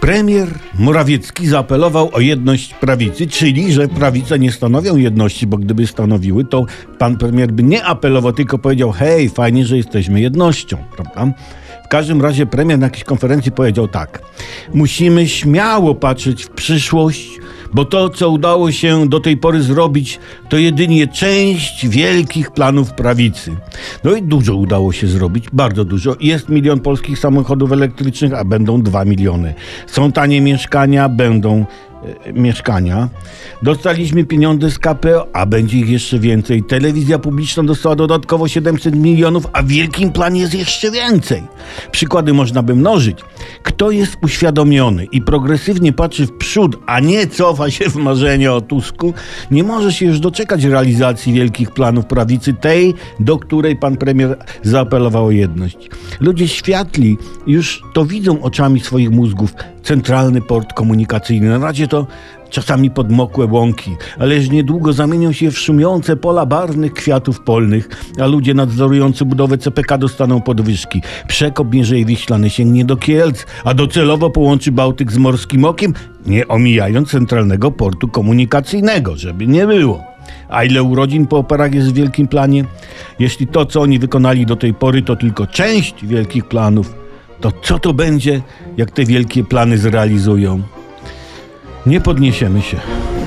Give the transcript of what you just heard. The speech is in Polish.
Premier Morawiecki zaapelował o jedność prawicy, czyli że prawice nie stanowią jedności, bo gdyby stanowiły, to pan premier by nie apelował, tylko powiedział: hej, fajnie, że jesteśmy jednością, prawda? W każdym razie premier na jakiejś konferencji powiedział tak: musimy śmiało patrzeć w przyszłość, bo to, co udało się do tej pory zrobić, to jedynie część wielkich planów prawicy. No i dużo udało się zrobić, bardzo dużo. Jest 1 milion polskich samochodów elektrycznych, a będą 2 miliony. Są tanie mieszkania, będą mieszkania. Dostaliśmy pieniądze z KPO, a będzie ich jeszcze więcej. Telewizja publiczna dostała dodatkowo 700 milionów, a w wielkim planie jest jeszcze więcej. Przykłady można by mnożyć. Kto jest uświadomiony i progresywnie patrzy w przód, a nie cofa się w marzenia o Tusku, nie może się już doczekać realizacji wielkich planów prawicy, tej, do której pan premier zaapelował o jedność. Ludzie światli już to widzą oczami swoich mózgów. Centralny port komunikacyjny. Na razie to czasami podmokłe łąki, ale już niedługo zamienią się w szumiące pola barwnych kwiatów polnych, a ludzie nadzorujący budowę CPK dostaną podwyżki. Przekop Mierzei Wiślany sięgnie do Kielc, a docelowo połączy Bałtyk z Morskim Okiem, nie omijając centralnego portu komunikacyjnego, żeby nie było. A ile urodzin po operach jest w wielkim planie? Jeśli to, co oni wykonali do tej pory, to tylko część wielkich planów, to co to będzie, jak te wielkie plany zrealizują? Nie podniesiemy się.